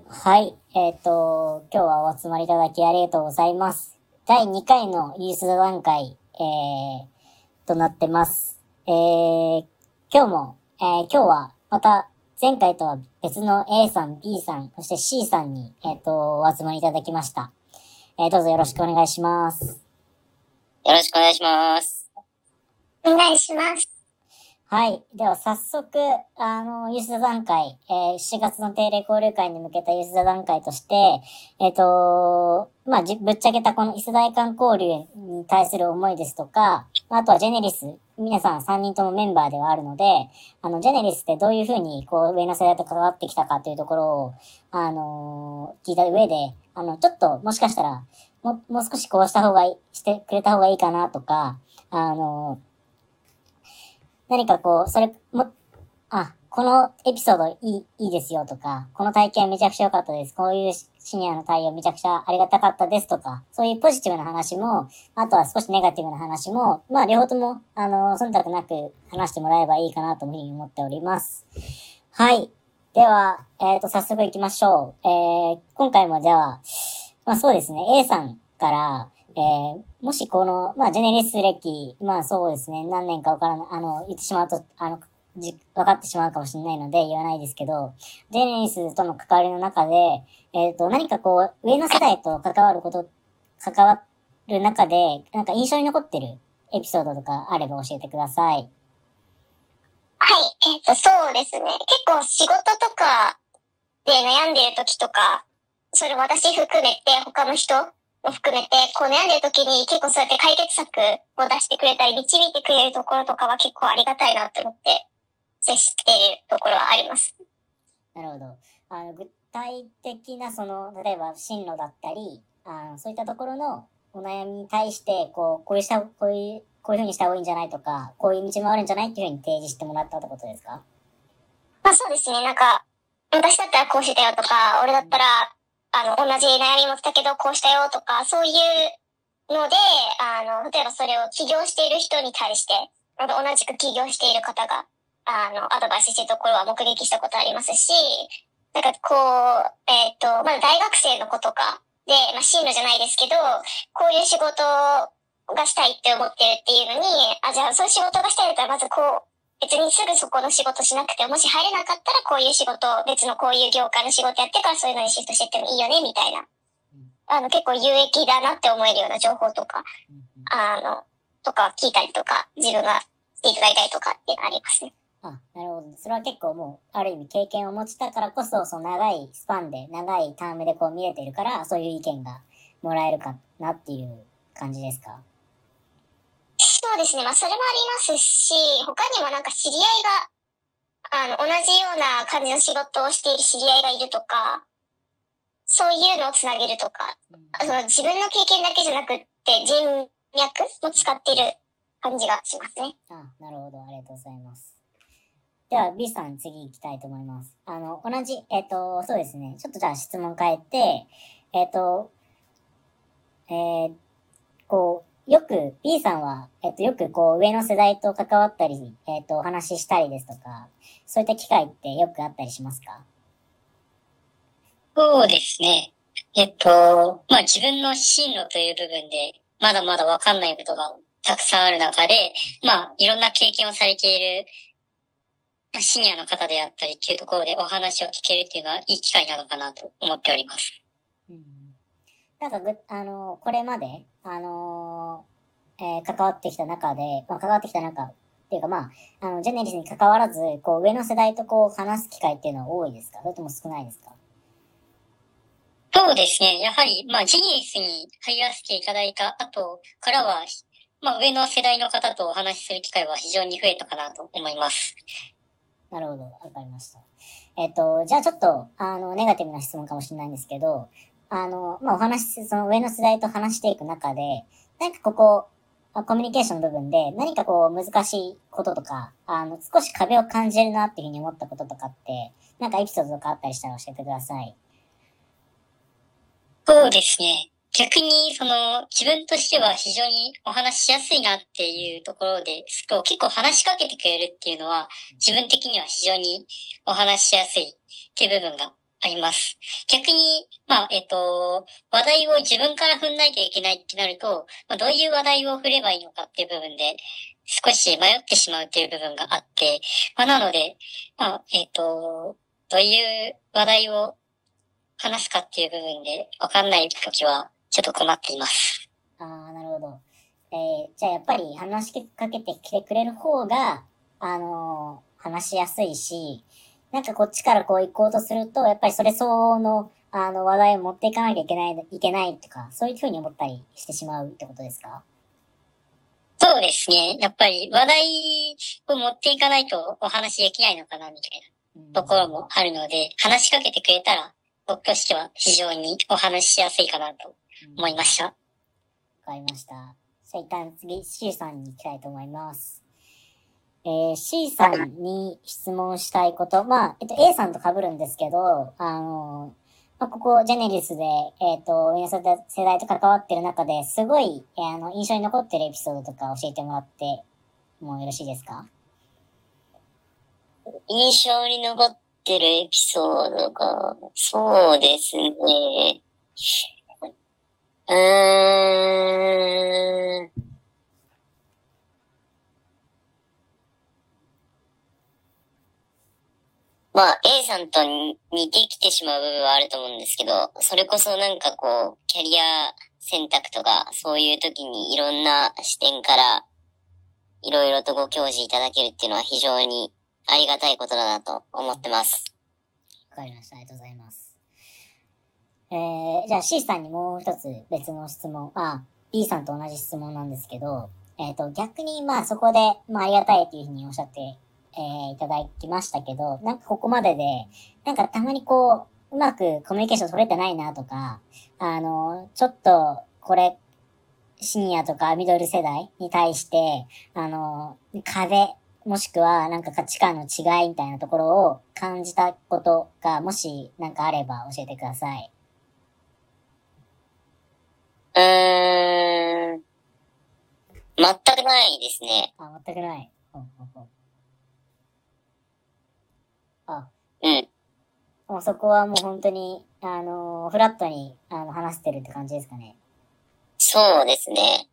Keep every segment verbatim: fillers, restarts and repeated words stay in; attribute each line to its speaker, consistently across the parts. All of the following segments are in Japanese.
Speaker 1: はい。えっと、今日はお集まりいただきありがとうございます。だいにかいのユース座談会、えー、となってます。えー、今日も、えー、今日はまた前回とは別の A さん、B さん、そして C さんに、えっと、お集まりいただきました。えー、どうぞよろしくお願いします。
Speaker 2: よろしくお願いします。
Speaker 3: お願いします。
Speaker 1: はい。では早速、あの、ユース座談会、えー、しがつの定例交流会に向けたユース座談会として、えっ、と、まあ、じ、ぶっちゃけたこの異世代間交流に対する思いですとか、あとはジェネリス、皆さんさんにんともメンバーではあるので、あの、ジェネリスってどういうふうに、こう、上の世代と関わってきたかというところを、あのー聞いた上で、あの、ちょっと、もしかしたら、も、もう少しこうした方がいい、してくれた方がいいかなとか、あのー何かこう、それ、も、あ、このエピソードいい、いいですよとか、この体験めちゃくちゃ良かったです。こういうシニアの対応めちゃくちゃありがたかったですとか、そういうポジティブな話も、あとは少しネガティブな話も、まあ両方とも、あの、忖度なく話してもらえばいいかなというふうに思っております。はい。では、えっ、と、早速行きましょう。えー、今回もじゃあ、まあそうですね、A さんから、えー、もしこの、まあジェネリス歴、まあそうですね、何年かわからない、あの、言ってしまうと、あの、じ、分かってしまうかもしれないので言わないですけど、ジェネリスとの関わりの中で、えっ、と、何かこう、上の世代と関わること、関わる中で、なんか印象に残ってるエピソードとかあれば教えてください。
Speaker 3: はい。えっ、と、そうですね。結構仕事とかで悩んでる時とか、それ私含めて、他の人も含めて、こう悩んでる時に結構そうやって解決策を出してくれたり、導いてくれるところとかは結構ありがたいなって思って接しているところはあります。
Speaker 1: なるほど。あの、具体的なその、例えば進路だったり、あのそういったところのお悩みに対して、こう、こういうした、こういう、こういうふうにした方がいいんじゃないとか、こういう道もあるんじゃないっていうふうに提示してもらったってことですか？
Speaker 3: まあそうですね。なんか、私だったらこうしてたよとか、俺だったら、あの、同じ悩み持ってたけどこうしたよとか、そういうので、あの、例えばそれを起業している人に対して、あの同じく起業している方が、あの、アドバイスしているところは目撃したことありますし、なんかこう、えっ、と、まだ大学生の子とかで、まあ進路じゃないですけど、こういう仕事がしたいって思ってるっていうのに、あ、じゃあそういう仕事がしたいんだったらまずこう、別にすぐそこの仕事しなくて、もし入れなかったらこういう仕事、別のこういう業界の仕事やってからそういうのにシフトしてってもいいよね、みたいな。あの、結構有益だなって思えるような情報とか、あの、とか聞いたりとか、自分がしていただいたりとかっていうのありますね。
Speaker 1: あ、なるほど。それは結構もう、ある意味経験を持ちたからこそ、その長いスパンで、長いタームでこう見れてるから、そういう意見がもらえるかなっていう感じですか？
Speaker 3: そうですね。まあ、それもありますし、他にもなんか知り合いが、あの、同じような感じの仕事をしている知り合いがいるとか、そういうのをつなげるとか、その自分の経験だけじゃなくって、人脈も使っている感じがしますね。
Speaker 1: あ、なるほど。ありがとうございます。では、B さん次行きたいと思います。あの、同じ、えっ、と、そうですね。ちょっとじゃあ質問変えて、えっ、と、えー、こう、よく、B さんは、えっ、と、よくこう、上の世代と関わったり、えっ、と、お話ししたりですとか、そういった機会ってよくあったりしますか？
Speaker 2: そうですね。えっと、まあ自分の進路という部分で、まだまだわかんないことがたくさんある中で、まあいろんな経験をされているまあシニアの方であったりっていうところでお話を聞けるっていうのはいい機会なのかなと思っております。
Speaker 1: うん。なんかぐ、あの、これまで、あのーえー関わってきた中で、まあ、関わってきた中、っていうかまあ、あの、ジェネリスに関わらず、こう、上の世代とこう、話す機会っていうのは多いですか？それとも少ないですか？
Speaker 2: そうですね。やはり、まあジニエスに入らせていただいた後からは、まあ上の世代の方とお話しする機会は非常に増えたかなと思います。
Speaker 1: なるほど。わかりました。えっと、じゃあちょっと、あの、ネガティブな質問かもしれないんですけど、あの、まあ、お話し、その上の世代と話していく中で、なんかここ、あコミュニケーションの部分で何かこう難しいこととか、あの、少し壁を感じるなっていうふうに思ったこととかって、なんかエピソードとかあったりしたら教えてください。
Speaker 2: そうですね。逆に、その、自分としては非常にお話ししやすいなっていうところですと、結構話しかけてくれるっていうのは、自分的には非常にお話ししやすいっていう部分があります。逆に、まあ、えっと、話題を自分から振んないといけないってなると、まあ、どういう話題を振ればいいのかっていう部分で、少し迷ってしまうっていう部分があって、まあ、なので、まあ、えっと、どういう話題を話すかっていう部分でわかんないときは、ちょっと困っています。
Speaker 1: ああ、なるほど。えー、じゃあやっぱり話しかけてきてくれる方が、あのー話しやすいし、なんかこっちからこう行こうとすると、やっぱりそれ相応の、あの、話題を持っていかなきゃいけない、いけないとか、そういうふうに思ったりしてしまうってことですか？
Speaker 2: そうですね。やっぱり話題を持っていかないとお話できないのかな、みたいなところもあるので、話しかけてくれたら、僕としては非常にお話ししやすいかなと思いました。わ
Speaker 1: かりました。じゃあ一旦次、C さんに行きたいと思います。えー、C さんに質問したいこと、まあ、えっと、A さんと被るんですけど、あの、まあ、ここ、ジェネリスで、えっと、上の世代世代と関わってる中で、すごい、えーあの、印象に残ってるエピソードとか教えてもらってもよろしいですか？
Speaker 2: 印象に残ってるエピソードが、そうですね。うーん。まあ、A さんと似てきてしまう部分はあると思うんですけど、それこそなんかこう、キャリア選択とか、そういう時にいろんな視点から、いろいろとご教示いただけるっていうのは非常にありがたいことだなと思ってます。
Speaker 1: わかりました。ありがとうございます。えー、じゃあ C さんにもう一つ別の質問、あ、B さんと同じ質問なんですけど、えっと、逆にまあそこで、まあありがたいというふうにおっしゃって、えー、いただきましたけど、なんかここまでで、なんかたまにこう、うまくコミュニケーション取れてないなとか、あの、ちょっと、これ、シニアとかミドル世代に対して、あの、壁、もしくはなんか価値観の違いみたいなところを感じたことが、もしなんかあれば教えてください。
Speaker 2: うーん。全くないですね。
Speaker 1: あ、全くない。ほうほうほう。あ、
Speaker 2: うん。
Speaker 1: もうそこはもう本当に、あのーフラットに、あの、話してるって感じですかね。
Speaker 2: そうですね。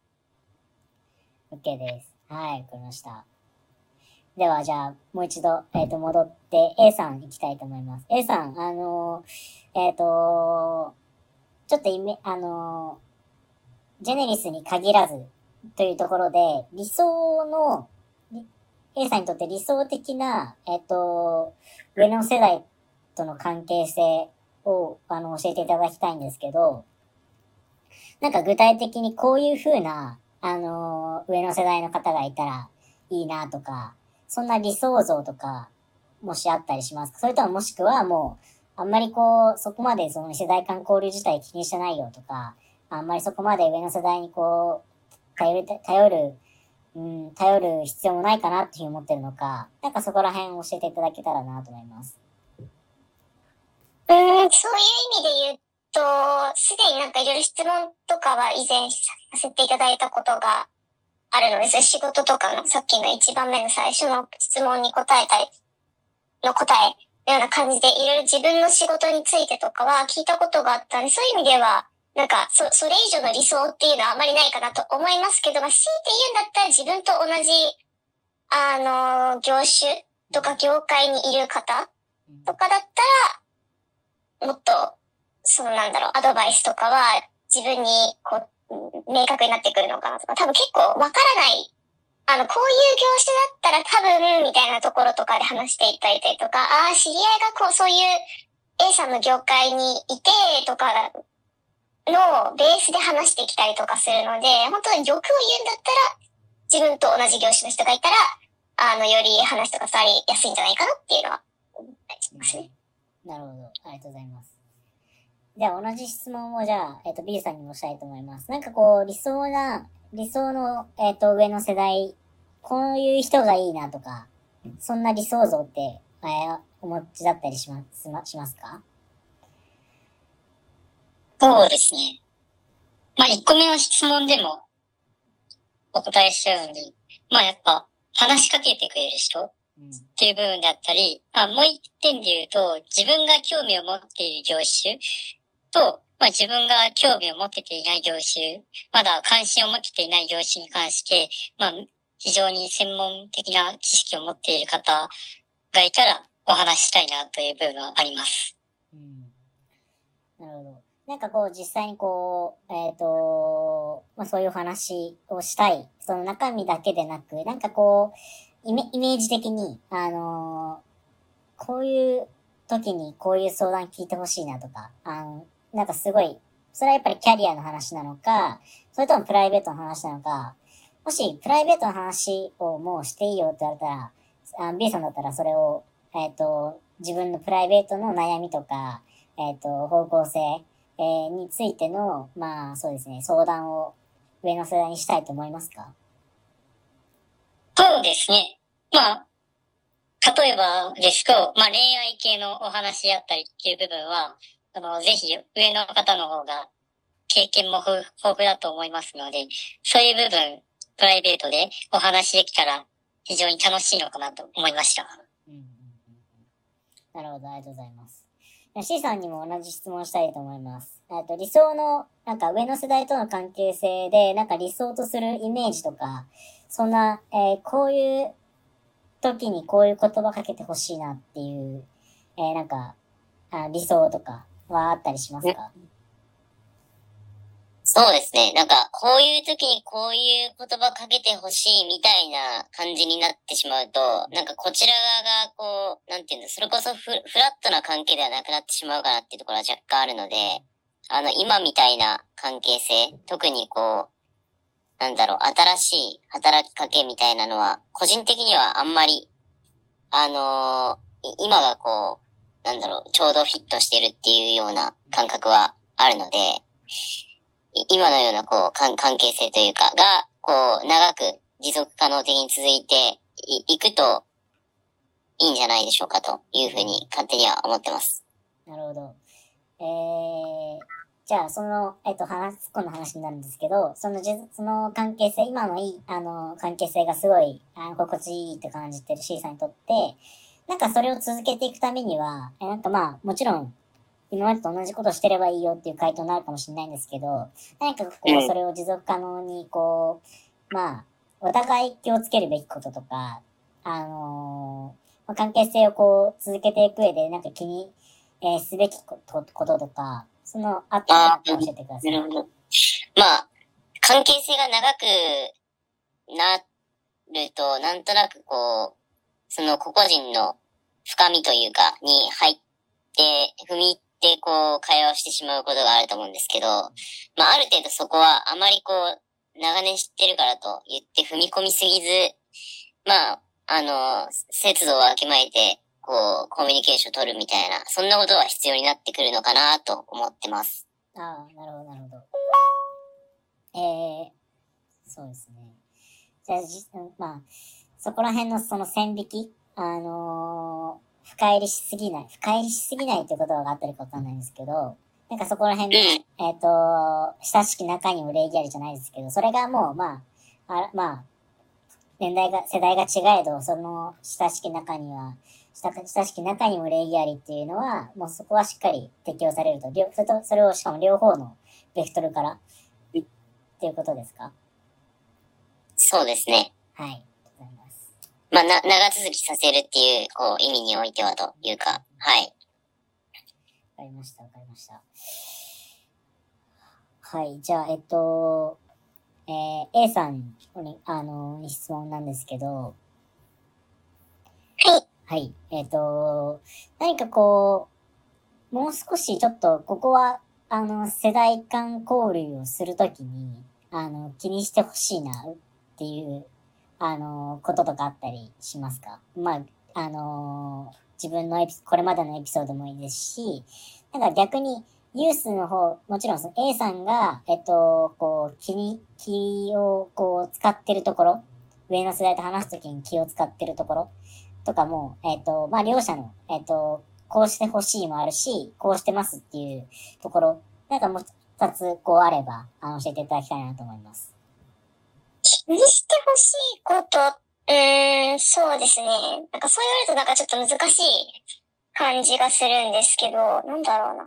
Speaker 1: OK です。はい、わかりました。では、じゃあ、もう一度、えっ、と、戻って、A さん行きたいと思います。A さん、あのーえっ、とちょっとイメ、あのージェネリスに限らず、というところで、理想の、り A さんにとって理想的な、えっ、と、上の世代との関係性を、あの、教えていただきたいんですけど、なんか具体的にこういう風な、あのー上の世代の方がいたらいいなとか、そんな理想像とか、もしあったりしますか？それとももしくはもう、あんまりこう、そこまでその世代間交流自体気にしてないよとか、あんまりそこまで上の世代にこう、頼る、頼る、うん、頼る必要もないかなっていうふうに思ってるのか、なんかそこら辺教えていただけたらなと思います。
Speaker 3: うーん、そういう意味で言うと、すでになんかいろいろ質問とかは以前させていただいたことがあるのです。仕事とかのさっきの一番目の最初の質問に答えたりの答えのような感じでいろいろ自分の仕事についてとかは聞いたことがあったんで、そういう意味では、なんか、そ、それ以上の理想っていうのはあまりないかなと思いますけど、まあ、強いて言うんだったら自分と同じ、あの、業種とか業界にいる方とかだったら、もっと、そのなんだろう、アドバイスとかは自分にこう、明確になってくるのかなとか、多分結構わからないあの、こういう業種だったら多分、みたいなところとかで話していただいたりとか、ああ、知り合いがこう、そういう A さんの業界にいて、とかのベースで話してきたりとかするので、本当に欲を言うんだったら、自分と同じ業種の人がいたら、あの、より話とかされやすいんじゃないかなっていうのは思ったりしますね。
Speaker 1: なるほど。ありがとうございます。じゃあ同じ質問をじゃあ、えっ、と B さんにもしたいと思います。なんかこう、理想な、理想の、えっ、と、上の世代、こういう人がいいなとか、そんな理想像って、えーお持ちだったりします、ましますか？
Speaker 2: そうですね。まあ、一個目の質問でもお答えしちゃうのに、まあやっぱ話しかけてくれる人。 っていう部分であったり、まあ、もう一点で言うと、自分が興味を持っている業種と、まあ、自分が興味を持ってていない業種、まだ関心を持っていない業種に関して、まあ、非常に専門的な知識を持っている方がいたらお話ししたいなという部分はあります。
Speaker 1: うん。なるほど。なんかこう実際にこう、えっと、まあそういう話をしたい。その中身だけでなく、なんかこう、イメイメージ的に、あのーこういう時にこういう相談聞いてほしいなとか、あの、なんかすごい、それはやっぱりキャリアの話なのか、それともプライベートの話なのか、もしプライベートの話をもうしていいよって言われたら、あ B さんだったらそれを、えっと、自分のプライベートの悩みとか、えっと、方向性、えーについての、まあそうですね、相談を上の世代にしたいと思いますか？
Speaker 2: そうですね。まあ、例えばですと、まあ恋愛系のお話やったりっていう部分は、あの、ぜひ上の方の方が経験も豊富だと思いますので、そういう部分、プライベートでお話できたら非常に楽しいのかなと思いました。
Speaker 1: うんうんうんうん、なるほど、ありがとうございます。C さんにも同じ質問したいと思います。えっと、理想の、なんか上の世代との関係性で、なんか理想とするイメージとか、そんな、えーこういう時にこういう言葉かけてほしいなっていう、えーなんか、あ理想とかはあったりしますか？
Speaker 4: そうですね。なんか、こういう時にこういう言葉かけてほしいみたいな感じになってしまうと、なんかこちら側がこう、なんていうんだ、それこそフ、フラットな関係ではなくなってしまうかなっていうところは若干あるので、あの、今みたいな関係性、特にこう、なんだろう、新しい働きかけみたいなのは、個人的にはあんまり、あのーい今がこう、なんだろう、ちょうどフィットしてるっていうような感覚はあるので、い今のようなこう、関関係性というか、が、こう、長く持続可能的に続いていいくといいんじゃないでしょうかというふうに勝手には思ってます。
Speaker 1: なるほど。えー、じゃあ、その、えっと、話、今の話になるんですけど、そのじ、その関係性、今のいい、あの、関係性がすごい、あの、心地いいって感じてる C さんにとって、なんかそれを続けていくためには、えなんかまあ、もちろん、今までと同じことしてればいいよっていう回答になるかもしれないんですけど、何かこう、それを持続可能に、こう、まあ、お互い気をつけるべきこととか、あのーまあ関係性をこう、続けていく上で、なんか気に、えーすべきことこととか、その、あったら教えてください。
Speaker 4: なるほど。まあ、関係性が長くなると、なんとなくこう、その個々人の深みというか、に入って、踏み入ってこう、会話をしてしまうことがあると思うんですけど、まあ、ある程度そこはあまりこう、長年知ってるからと言って踏み込みすぎず、まあ、あの、節度をわきまえて、こう、コミュニケーションを取るみたいな、そんなことは必要になってくるのかなと思ってます。
Speaker 1: ああ、なるほど、なるほど。えー、そうですね。じゃあ、じ、まあ、そこら辺のその線引き、あのー深入りしすぎない、深入りしすぎないっていう言葉があったりかわかんないんですけど、なんかそこら辺の、えっ、と、親しき中にも礼儀ありじゃないですけど、それがもう、まあ、あまあ、年代が、世代が違えど、その親しき中には、親親しき中にも礼儀ありっていうのは、もうそこはしっかり適用されると。両それと、それをしかも両方のベクトルから、っていうことですか？
Speaker 4: そうですね。
Speaker 1: はい。ありがとうございます。
Speaker 4: まあ、な、長続きさせるっていう、こう、意味においてはというか、はい。
Speaker 1: わかりました、わかりました。はい、じゃあ、えっと、えー、A さんに、あの、に質問なんですけど、
Speaker 3: はい。
Speaker 1: はい、えっと、何かこう、もう少しちょっと、ここは、あの、世代間交流をするときに、あの、気にしてほしいな、っていう、あの、こととかあったりしますか？まあ、あの、自分のエピ、これまでのエピソードもいいですし、なんか逆に、ユースの方、もちろんその A さんが、えっと、こう、気に、気をこう、使ってるところ、上の世代と話すときに気を使ってるところとかも、えっと、まあ、両者の、えっと、こうしてほしいもあるし、こうしてますっていうところ、なんかもう二つ、こうあれば、あの、教えていただきたいなと思います。
Speaker 3: 気にしてほしいことっーん、そうですね。なんかそう言われるとなんかちょっと難しい感じがするんですけど、なんだろうな。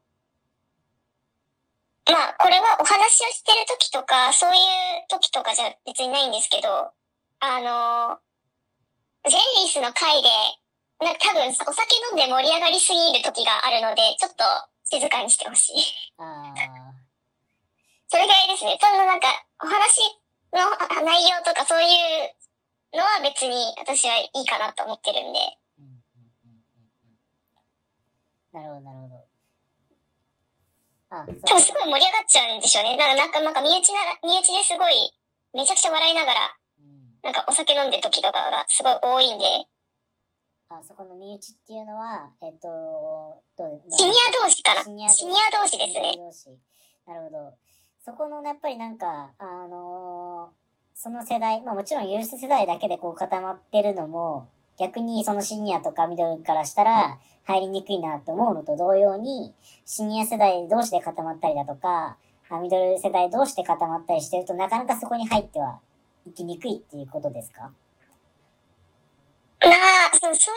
Speaker 3: まあ、これはお話をしてる時とか、そういう時とかじゃ別にないんですけど、あの、ジェンリスの回で、なんか多分お酒飲んで盛り上がりすぎる時があるので、ちょっと静かにしてほしい。
Speaker 1: あ
Speaker 3: それぐらいですね。そのなんか、お話の内容とかそういうのは別に私はいいかなと思ってるんで。
Speaker 1: ー、うんうんうんうんうん。なるほど、なるほど。あ、そう。
Speaker 3: 多分すごい盛り上がっちゃうんでしょうね。なんか、なんか、なんか身内なら、身内ですごい、めちゃくちゃ笑いながら、
Speaker 1: うん
Speaker 3: なんかお酒飲んでる時とかがすごい多いんで、
Speaker 1: あ、そこの身内っていうのは、えっと、どう
Speaker 3: シニア同士かな。
Speaker 1: シニア
Speaker 3: シニア同士ですね。
Speaker 1: シニア同士。なるほど。そこの、やっぱりなんか、あのーその世代、まあもちろんユース世代だけでこう固まってるのも、逆にそのシニアとかミドルからしたら入りにくいなと思うのと同様に、シニア世代同士で固まったりだとか、あミドル世代同士で固まったりしてるとなかなかそこに入ってはいきにくいっていうことですか？
Speaker 3: まあ、そのそういう、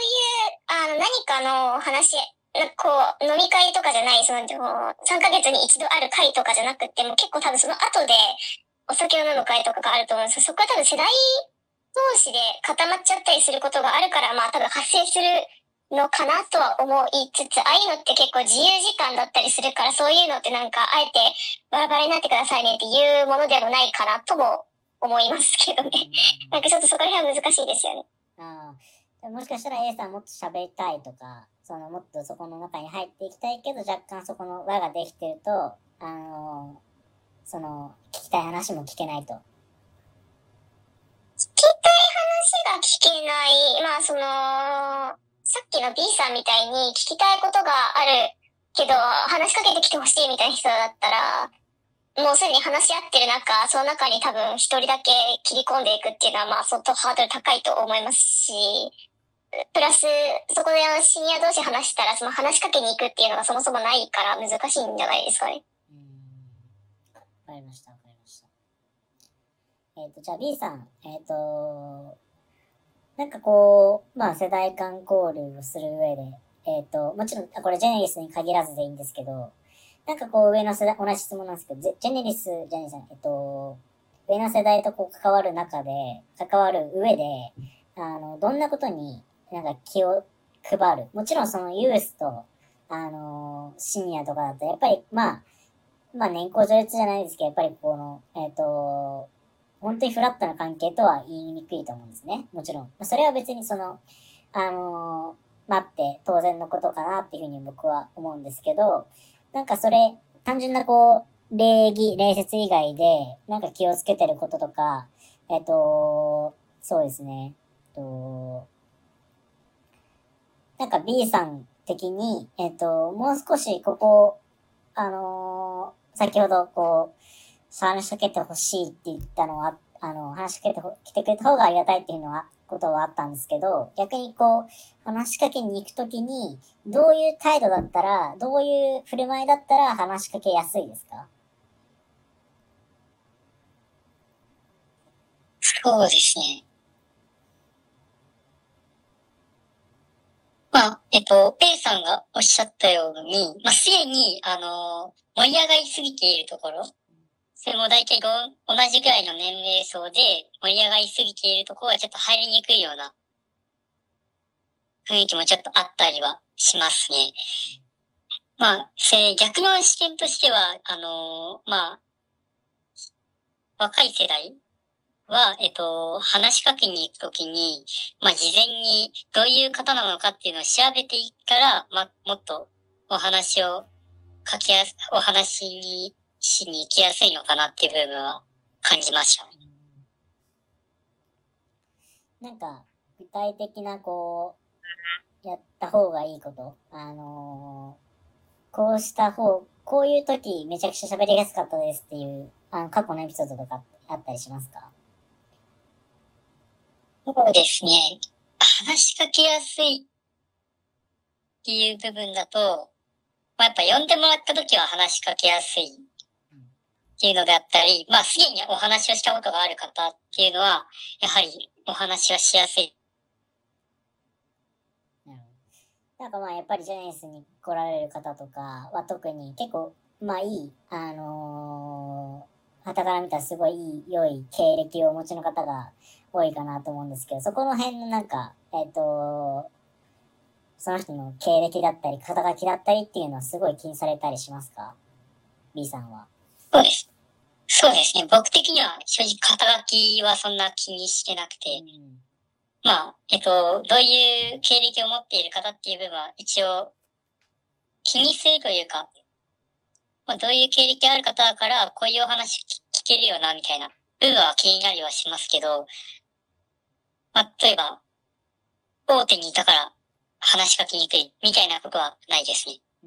Speaker 3: あの、何かの話、なんかこう、飲み会とかじゃない、その、さんかげつに一度ある会とかじゃなくても、結構多分その後でお酒を飲む会とかがあると思うんですよ。そこは多分世代同士で固まっちゃったりすることがあるから、まあ多分発生するのかなとは思いつつ、ああいうのって結構自由時間だったりするから、そういうのってなんか、あえてバラバラになってくださいねっていうものでもないかなとも思いますけどね。なんかちょっとそこら辺は難しいですよね。
Speaker 1: ああ、もしかしたら A さんもっと喋りたいとか、そのもっとそこの中に入っていきたいけど、若干そこの輪ができてると、あのーその、聞きたい話も聞けないと。
Speaker 3: 聞きたい話が聞けない。まあその、さっきの B さんみたいに聞きたいことがあるけど、話しかけてきてほしいみたいな人だったら、もうすでに話し合ってる中、その中に多分一人だけ切り込んでいくっていうのはまあ相当ハードル高いと思いますし、プラス、そこでシニア同士話したら、その話しかけに行くっていうのがそもそもないから難しいんじゃないですかね。
Speaker 1: うーん。わかりました、わかりました。えっ、と、じゃあ B さん、えっ、と、なんかこう、まあ世代間交流をする上で、えっ、と、もちろん、あこれジェネリスに限らずでいいんですけど、なんかこう上の世代、同じ質問なんですけど、ジェジェネリス、ジェネリスさん、えっと、上の世代とこう関わる中で、関わる上で、あの、どんなことになんか気を配る。もちろんそのユースと、あの、シニアとかだと、やっぱり、まあ、まあ年功序列じゃないですけど、やっぱりこの、えっ、と、本当にフラットな関係とは言いにくいと思うんですね。もちろん。それは別にその、あのー待って当然のことかなっていうふうに僕は思うんですけど、なんかそれ、単純なこう、礼儀、礼節以外で、なんか気をつけてることとか、えっと、そうですね。えっと、なんか B さん的に、えっと、もう少しここ、あのー先ほどこう、話しかけてほしいって言ったのは、あの、話しかけてほ、来てくれた方がありがたいっていうのは、ことはあったんですけど、逆にこう、話しかけに行くときに、どういう態度だったら、どういう振る舞いだったら話しかけやすいですか？
Speaker 2: そうですね。まあ、えっと、A さんがおっしゃったように、まあ、すでに、あの、盛り上がりすぎているところ、それも大体ご同じぐらいの年齢層で盛り上がりすぎているところはちょっと入りにくいような雰囲気もちょっとあったりはしますね。まあ、それ逆の視点としては、あの、まあ、若い世代は、えっと、話しかけに行くときに、まあ、事前にどういう方なのかっていうのを調べていったら、まあ、もっとお話を書きやす、お話にしに行きやすいのかなっていう部分は感じましたね。
Speaker 1: なんか、具体的なこう、やった方がいいこと、あのーこうした方、こういう時めちゃくちゃ喋りやすかったですっていう、あの、過去のエピソードとかあったりしますか？
Speaker 2: そうですね。話しかけやすいっていう部分だと、まあ、やっぱ呼んでもらった時は話しかけやすいっていうのであったり、まあ、すでにお話をしたことがある方っていうのは、やはりお話はしやすい。
Speaker 1: なるほど。なんかまあやっぱりジェネシスに来られる方とかは特に結構まあいい、あのー、傍から見たらすごいいい、良い経歴をお持ちの方が多いかなと思うんですけど、そこの辺のなんか、えっと、その人の経歴だったり、肩書きだったりっていうのはすごい気にされたりしますか？ B さんは。
Speaker 2: そうです。そうですね。僕的には正直肩書きはそんな気にしてなくて、
Speaker 1: うん、
Speaker 2: まあ、えっと、どういう経歴を持っている方っていう部分は一応気にするというか、まあ、どういう経歴ある方だからこういうお話聞けるよなみたいな部分は気になりはしますけど、まあ、例えば、大手にいたから話しかけにくいみたいなことはないですね。
Speaker 1: うん。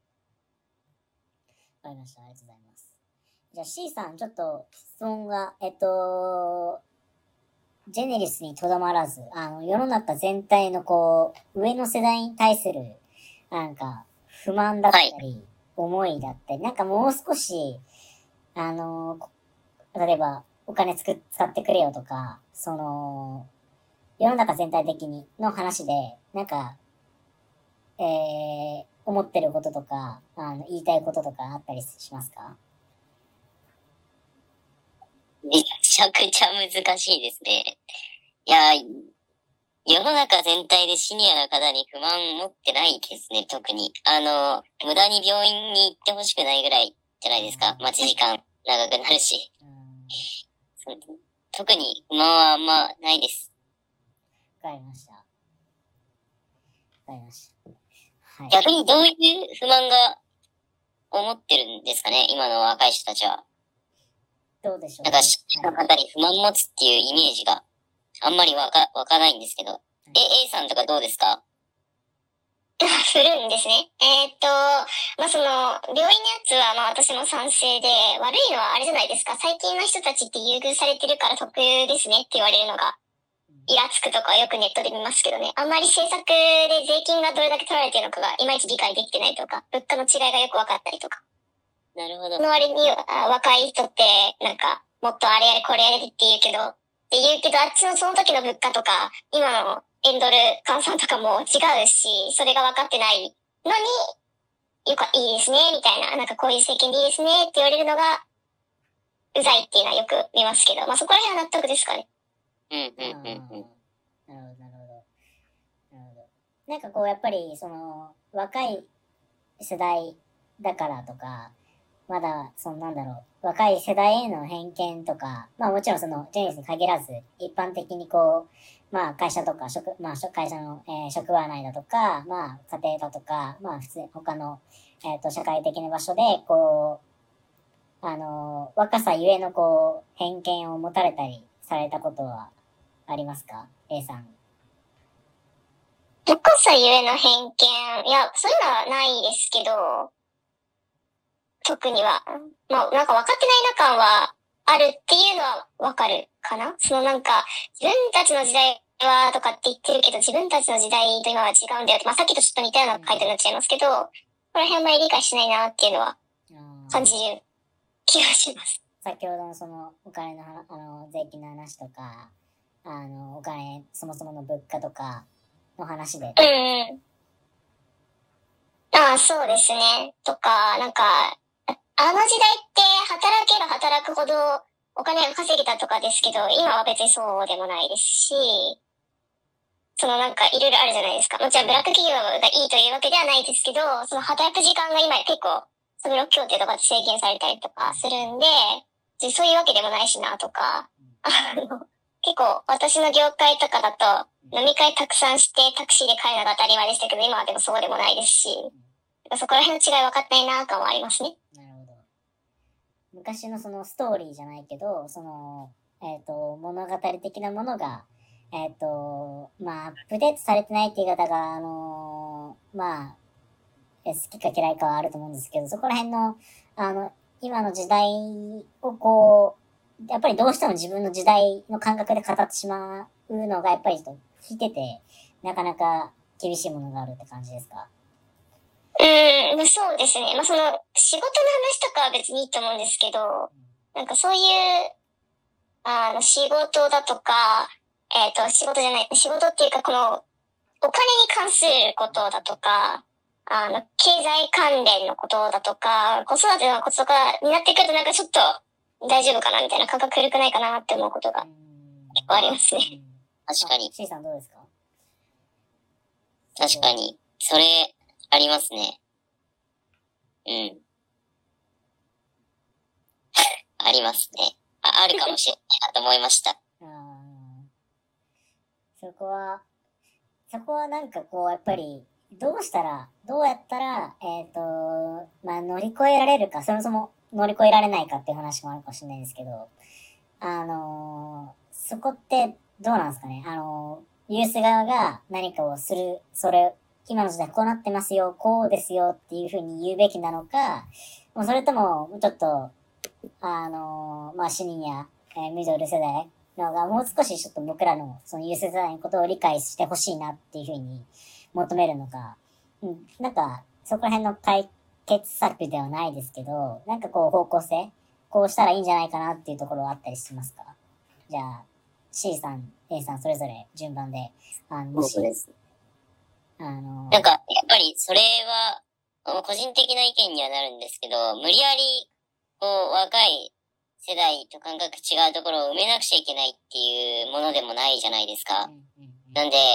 Speaker 1: わかりました。ありがとうございます。じゃあ C さん、ちょっと質問が、えっと、ジェネリスにとどまらず、あの、世の中全体のこう、上の世代に対する、なんか、不満だったり、はい、思いだったり、なんかもう少し、あの、例えば、お金つく、使ってくれよとか、その、世の中全体的にの話で、なんか、えー、思ってることとか、あの、言いたいこととかあったりしますか？
Speaker 4: めちゃくちゃ難しいですね。いや、世の中全体でシニアの方に不満持ってないですね、特に。あの、無駄に病院に行ってほしくないぐらいじゃないですか。待ち時間長くなるし。特に不満はあんまないです。
Speaker 1: わかりました。わかりました。はい。
Speaker 4: 逆にどういう不満が思ってるんですかね、今の若い人たちは。
Speaker 1: どうでしょう、
Speaker 4: なんか、シニアの方に不満持つっていうイメージがあんまりわか、わかないんですけど。はい、え、A さんとかどうですか？
Speaker 3: するんですね。えー、っと、まあ、その、病院のやつは、まあ、私も賛成で、悪いのはあれじゃないですか。最近の人たちって優遇されてるから得ですねって言われるのが、イラつくとかよくネットで見ますけどね。あんまり政策で税金がどれだけ取られてるのかが、いまいち理解できてないとか、物価の違いがよく分かったりとか。
Speaker 4: なるほど。
Speaker 3: その割には、若い人って、なんか、もっとあれやれこれやれって言うけど、って言うけど、あっちのその時の物価とか、今の円ドル換算とかも違うし、それが分かってないのに、よくいいですね、みたいな、なんかこういう政権でいいですねって言われるのが、うざいっていうのはよく見ますけど、まあそこら辺は納得ですかね。
Speaker 4: うんうんうんうん。なるほど、
Speaker 1: なるほど。なるほど。なんかこう、やっぱり、その、若い世代だからとか、まだ、そのなんだろう、若い世代への偏見とか、まあもちろんその、ジェニスに限らず、一般的にこう、まあ会社とか、職、まあ会社の、えー、職場内だとか、まあ家庭だとか、まあ普通、他の、えっと、社会的な場所で、こう、あの、若さゆえのこう、偏見を持たれたりされたことはありますか？ A さん。
Speaker 3: 若さゆえの偏見、いや、そういうのはないですけど、特には。まあ、なんか分かってないな感はあるっていうのは分かるかな。そのなんか、自分たちの時代はとかって言ってるけど、自分たちの時代と今は違うんだよって、まあさっきとちょっと似たような回答になっちゃいますけど、この辺あんまり理解しないなっていうのは感じる気がします。
Speaker 1: 先ほどのそのお金の話、あの、税金の話とか、あの、お金、そもそもの物価とかの話で。
Speaker 3: うん。ああ、そうですね。とか、なんか、あの時代って働けば働くほどお金が稼げたとかですけど、今は別にそうでもないですし、そのなんかいろいろあるじゃないですか。もちろんブラック企業がいいというわけではないですけど、その働く時間が今結構、そのブロック協定とかで制限されたりとかするんで、そういうわけでもないしなとか、あの、結構私の業界とかだと飲み会たくさんしてタクシーで帰るのが当たり前でしたけど、今はでもそうでもないですし、そこら辺の違い分かってないな感はありますね。
Speaker 1: なるほど。昔のそのストーリーじゃないけど、その、えっと、物語的なものが、えっと、まあ、アップデートされてないって言い方が、あのー、まあ、好きか嫌いかはあると思うんですけど、そこら辺の、あの、今の時代をこう、やっぱりどうしても自分の時代の感覚で語ってしまうのが、やっぱりちょっと聞いてて、なかなか厳しいものがあるって感じですか？
Speaker 3: うーん、まあ、そうですね。まあ、その、仕事の話とかは別にいいと思うんですけど、なんかそういう、あの、仕事だとか、 えっと、仕事じゃない、仕事っていうか、この、お金に関することだとか、あの、経済関連のことだとか、子育てのこととかになってくるとなんかちょっと大丈夫かなみたいな感覚古くないかなって思うことが結構ありますね。
Speaker 4: 確かに。
Speaker 1: C さんどうですか？
Speaker 4: 確かに。それ、ありますね。うん。ありますね。あ、あるかもしれないなと思いました。
Speaker 1: あーそこは、そこはなんかこう、やっぱり、どうしたら、どうやったら、えっ、と、まあ、乗り越えられるか、そもそも乗り越えられないかっていう話もあるかもしれないですけど、あのーそこってどうなんですかね。あのーユース側が何かをする、それ、今の時代こうなってますよ、こうですよっていうふうに言うべきなのか、もうそれとも、ちょっと、あのーまあ、シニア、えーミドル世代のがもう少しちょっと僕らのそのユース世代のことを理解してほしいなっていうふうに求めるのか、うん、なんか、そこら辺の解決策ではないですけど、なんかこう方向性、こうしたらいいんじゃないかなっていうところはあったりしますか？じゃあ、C さん、A さんそれぞれ順番で、あの、もし
Speaker 4: そうで、す。
Speaker 1: あの、
Speaker 4: なんか、やっぱりそれは、あの個人的な意見にはなるんですけど、無理やり、こう、若い世代と感覚違うところを埋めなくちゃいけないっていうものでもないじゃないですか。
Speaker 1: うんうんうん
Speaker 4: なんで、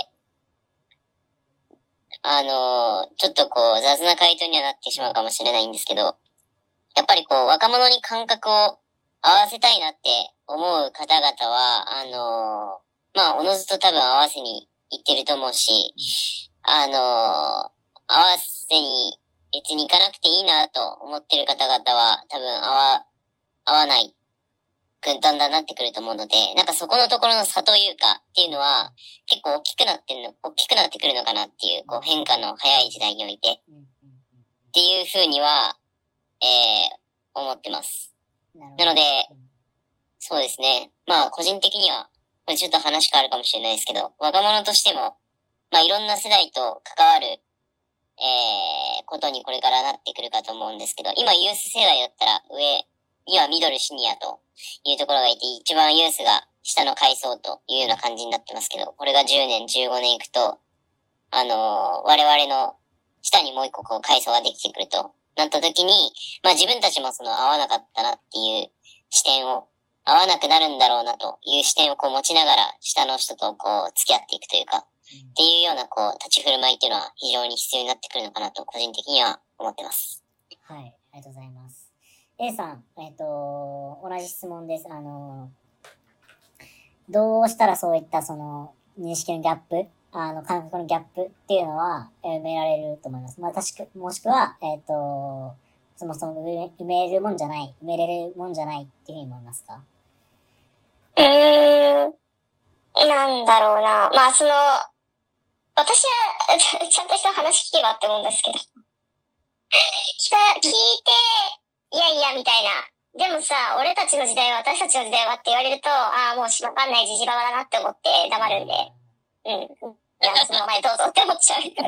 Speaker 4: あの、ちょっとこう、雑な回答にはなってしまうかもしれないんですけど、やっぱりこう、若者に感覚を合わせたいなって思う方々は、あの、まあ、おのずと多分合わせに行ってると思うし、あの、合わせに別に行かなくていいなと思ってる方々は、多分合わ、合わないくだんだんなってくると思うので、なんかそこのところの差というかっていうのは、結構大きくなってるの、大きくなってくるのかなっていう、こう変化の早い時代において、っ
Speaker 1: うんうん
Speaker 4: ていうふうには、えー、思ってます。
Speaker 1: うんなるほど
Speaker 4: なので、
Speaker 1: うん
Speaker 4: そうですね。まあ、個人的には、これちょっと話変わるかもしれないですけど、若者としても、まあ、いろんな世代と関わる、えー、ことにこれからなってくるかと思うんですけど、今ユース世代だったら上にはミドルシニアというところがいて、一番ユースが下の階層というような感じになってますけど、これがじゅうねん、じゅうごねんいくと、あのー我々の下にもう一個こう階層ができてくるとなった時に、まあ自分たちもその合わなかったなっていう視点を、合わなくなるんだろうなという視点をこう持ちながら下の人とこう付き合っていくというか、っていうようなこう立ち振る舞いっていうのは非常に必要になってくるのかなと個人的には思ってます。
Speaker 1: はい、ありがとうございます。A さん、えっ、と、同じ質問です。あの、どうしたらそういったその認識のギャップ、あの感覚のギャップっていうのはえー埋められると思います。まあ確か、もしくは、えっ、と、そもそも埋め埋めるもんじゃない、埋めれるもんじゃないっていうふうに思いますか？
Speaker 3: うーん、なんだろうな。まあ、その、私は、ちゃんとした話聞けばって思うんですけど。聞た、聞いて、いやいや、みたいな。でもさ、俺たちの時代は、私たちの時代はって言われると、ああ、もうわかんないじじばばだなって思って黙るんで、うん。いや、その前どうぞって思っちゃう。から、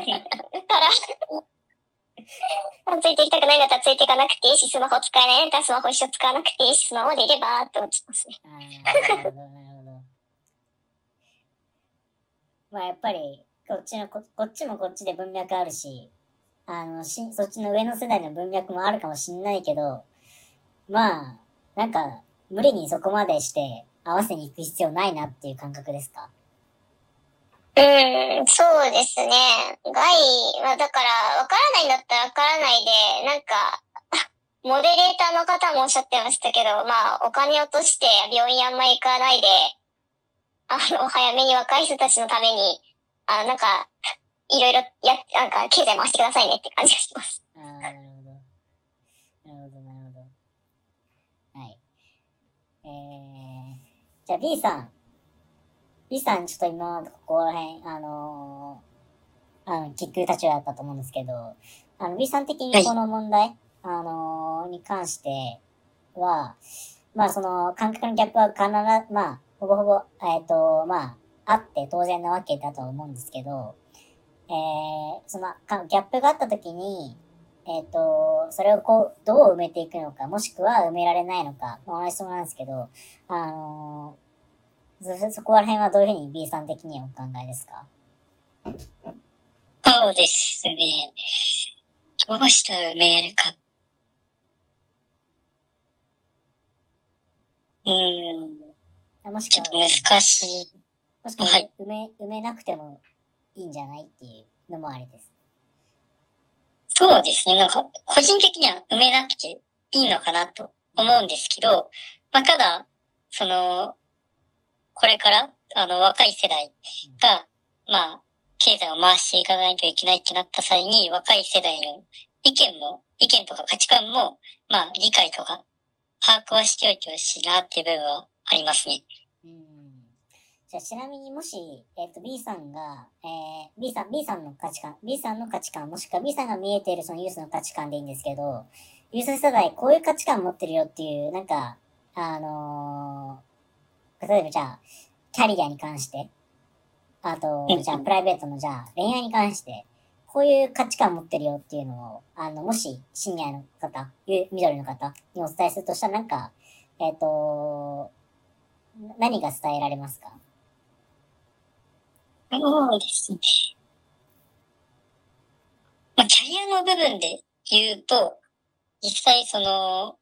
Speaker 3: ついていきたくないんだったらついていかなくていいし、スマホ使えないんだったらスマホ一緒使わなくていいし、スマホでいればって思っちゃいますね。
Speaker 1: あーなるほど、なるほど。まあやっぱり、こっちのこ、こっちもこっちで文脈あるし、あの、し、そっちの上の世代の文脈もあるかもしんないけど、まあ、なんか、無理にそこまでして合わせに行く必要ないなっていう感覚ですか？
Speaker 3: うーん、そうですね。害、まあだから、わからないんだったらわからないで、なんか、モデレーターの方もおっしゃってましたけど、まあ、お金落として病院あんまり行かないで、あの、早めに若い人たちのために、あの、なんか、いろいろや、なんか、経済回してくださいねって感じがします。
Speaker 1: ああ、なるほど。なるほど、なるほど。はい。えー、じゃあ B さん。B さん、ちょっと今、ここら辺、あのー、あの、聞く立場だったと思うんですけど、あの、B さん的にこの問題、あのー、に関しては、まあ、その、感覚のギャップは必ず、まあ、ほぼほぼ、えっ、と、まあ、あって当然なわけだとは思うんですけど、えー、その、かギャップがあった時に、えっ、と、それをこう、どう埋めていくのか、もしくは埋められないのか、まあ、同じ質問なんですけど、あのーそ、そこら辺はどういうふうに B さん的にはお考えですか？
Speaker 2: そうですね。どうしたら埋めるか。うーん。
Speaker 1: もしくは、
Speaker 2: ちょっと難しい。
Speaker 1: もしくは
Speaker 2: はい
Speaker 1: 埋め、埋めなくてもいいんじゃないっていうのもあれです。
Speaker 2: そうですね。なんか、個人的には埋めなくていいのかなと思うんですけど、まあ、ただ、その、これから、あの、若い世代が、まあ、経済を回していかないといけないってなった際に、若い世代の意見も、意見とか価値観も、まあ、理解とか、把握はしておいてほしいなっていう部分はありますね。
Speaker 1: うん。じゃあ、ちなみにもし、えっ、と、B さんが、えー、B さん、B さんの価値観、B さんの価値観、もしくは B さんが見えているそのユースの価値観でいいんですけど、ユース世代、こういう価値観持ってるよっていう、なんか、あのー、例えばじゃあ、キャリアに関して、あと、じゃあ、プライベートの、じゃあ、恋愛に関して、こういう価値観持ってるよっていうのを、あの、もし、シニアの方、ゆ緑の方にお伝えするとしたら、なんか、えっ、と、何が伝えられますか？
Speaker 2: そうですね。まあ、キャリアの部分で言うと、実際その、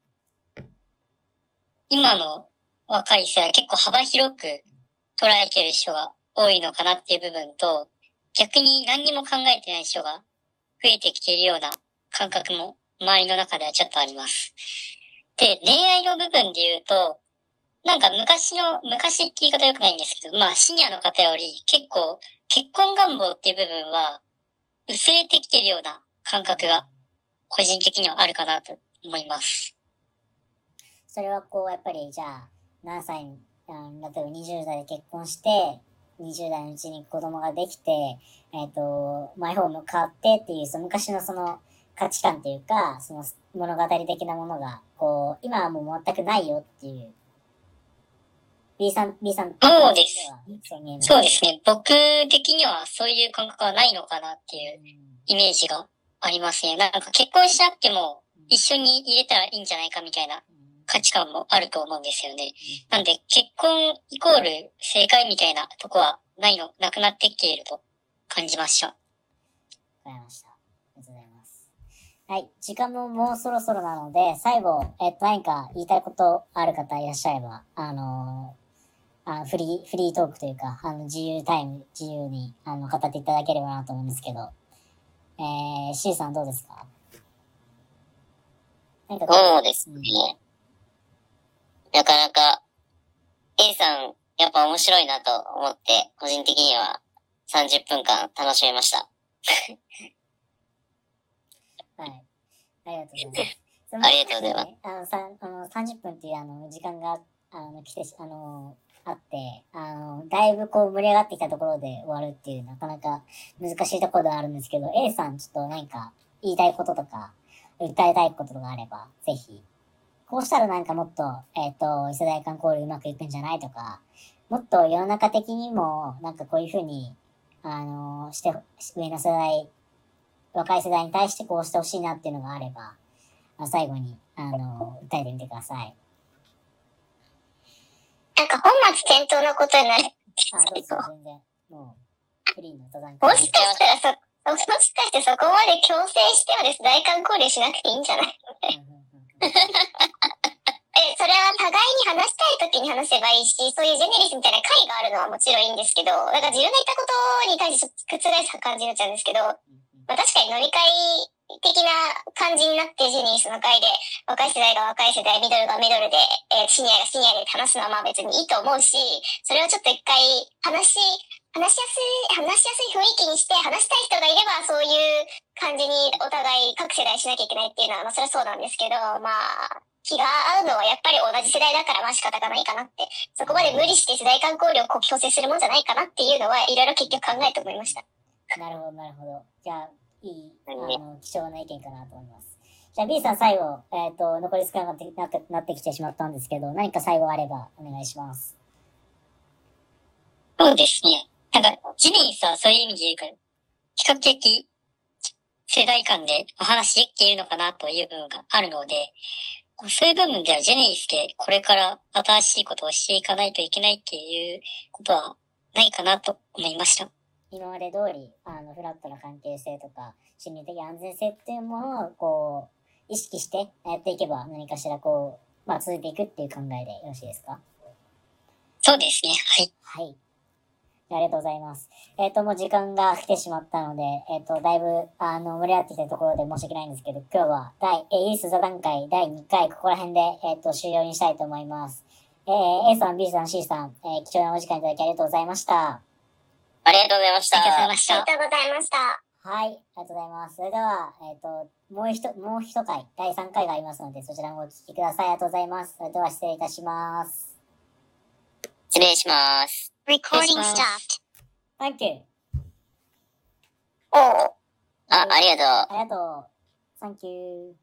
Speaker 2: 今の若い世代結構幅広く捉えてる人が多いのかなっていう部分と、逆に何にも考えてない人が増えてきているような感覚も周りの中ではちょっとあります。で、恋愛の部分で言うと、なんか昔の、昔って言い方良くないんですけど、まあシニアの方より結構結婚願望っていう部分は薄れてきているような感覚が個人的にはあるかなと思います。
Speaker 1: それはこう、やっぱり、じゃあ、何歳に、あの例えばにじゅう代で結婚して、にじゅう代のうちに子供ができて、えっ、と、マイホーム買ってっていう、その昔のその価値観っていうか、その物語的なものが、こう、今はもう全くないよっていう。B さん、B さん。
Speaker 2: そうです。
Speaker 1: そう見えます。
Speaker 2: そうですね。僕的にはそういう感覚はないのかなっていうイメージがありますね。なんか結婚しなくても一緒に入れたらいいんじゃないかみたいな価値観もあると思うんですよね。なんで結婚イコール正解みたいなとこはないの、なくなってきていると感じました。
Speaker 1: わかりました。ありがとうございます。はい。時間ももうそろそろなので、最後、えっと、何か言いたいことある方いらっしゃれば、あのーあフリー、フリートークというか、あの、自由タイム、自由に、あの、語っていただければなと思うんですけど、えー、C さんどうですか？
Speaker 4: なんかそうですね。なかなか、A さん、やっぱ面白いなと思って、個人的にはさんじゅっぷんかん楽しめました。
Speaker 1: はい。ありがとうございます。
Speaker 4: ありがとうございます。
Speaker 1: あの、さあのさんじゅっぷんっていうあの、時間が、あの、来て、あの、あって、あの、だいぶこう盛り上がってきたところで終わるっていう、なかなか難しいところではあるんですけど、A さんちょっと何か言いたいこととか、訴えたいことがあれば、ぜひ。こうしたらなんかもっと、えっ、と、異世代間交流うまくいくんじゃないとか、もっと世の中的にも、なんかこういうふうに、あの、して、上の世代、若い世代に対してこうしてほしいなっていうのがあれば、最後に、あの、訴えてみてください。
Speaker 3: なんか本末転倒なことになるんです
Speaker 1: あ、どう
Speaker 3: けど。
Speaker 1: ぞ、全然。もう、フリーの登山
Speaker 3: もしかしたらそ、もしかしてそこまで強制してまで大韓交流しなくていいんじゃないえ、それは互いに話したい時に話せばいいし、そういうジェネリスみたいな会があるのはもちろんいいんですけど、なんか自分が言ったことに対して覆す感じになっちゃうんですけど、まあ確かに飲み会的な感じになってジェネリスの会で、若い世代が若い世代、ミドルがミドルで、えー、シニアがシニアで話すのはまあ別にいいと思うし、それをちょっと一回話し、話しやすい、話しやすい雰囲気にして話したい人がいればそういう感じにお互い各世代しなきゃいけないっていうのは、まあそれはそうなんですけど、まあ、気が合うのはやっぱり同じ世代だからまあ仕方がないかなって。そこまで無理して世代間交流をこう強制するもんじゃないかなっていうのはいろいろ結局考えて思いました。
Speaker 1: なるほど、なるほど。じゃあ、いい、あの、貴重な意見かなと思います。じゃあ B さん最後、えっ、ー、と、残り少なくなってなってきてしまったんですけど、何か最後あればお願いします。
Speaker 2: そうですね。なんか、ジェニーさんそういう意味で言うから、比較的世代間でお話できているのかなという部分があるので、 そういう部分ではジェネリスでこれから新しいことをしていかないといけないっていうことはないかなと思いました。
Speaker 1: 今まで通り、あの、フラットな関係性とか、心理的安全性っていうものを、こう、意識してやっていけば、何かしらこう、まあ、続いていくっていう考えでよろしいですか？
Speaker 2: そうですね。はい。
Speaker 1: はい。ありがとうございます。えっ、と、もう時間が来てしまったので、えっ、と、だいぶ、あの、盛り上がってきたところで申し訳ないんですけど、今日は、第、えー、ユース座談会だいにかい、ここら辺で、えっ、と、終了にしたいと思います。えー、A さん、B さん、C さん、えー、貴重なお時間いただきありがとうございました。
Speaker 4: ありがとうございました。
Speaker 2: ありがとうございまし
Speaker 3: あり
Speaker 2: た。
Speaker 3: がとうございました。
Speaker 1: はい、ありがとうございます。それでは、えっ、と、もう一、もう一回、だいさんかいがありますので、そちらもお聞きください。ありがとうございます。それでは失礼いたします。
Speaker 4: 失礼します。
Speaker 3: Recording stopped.
Speaker 1: Thank you.
Speaker 3: おう。
Speaker 4: あ、ありがとう。
Speaker 1: ありがとう。Thank you.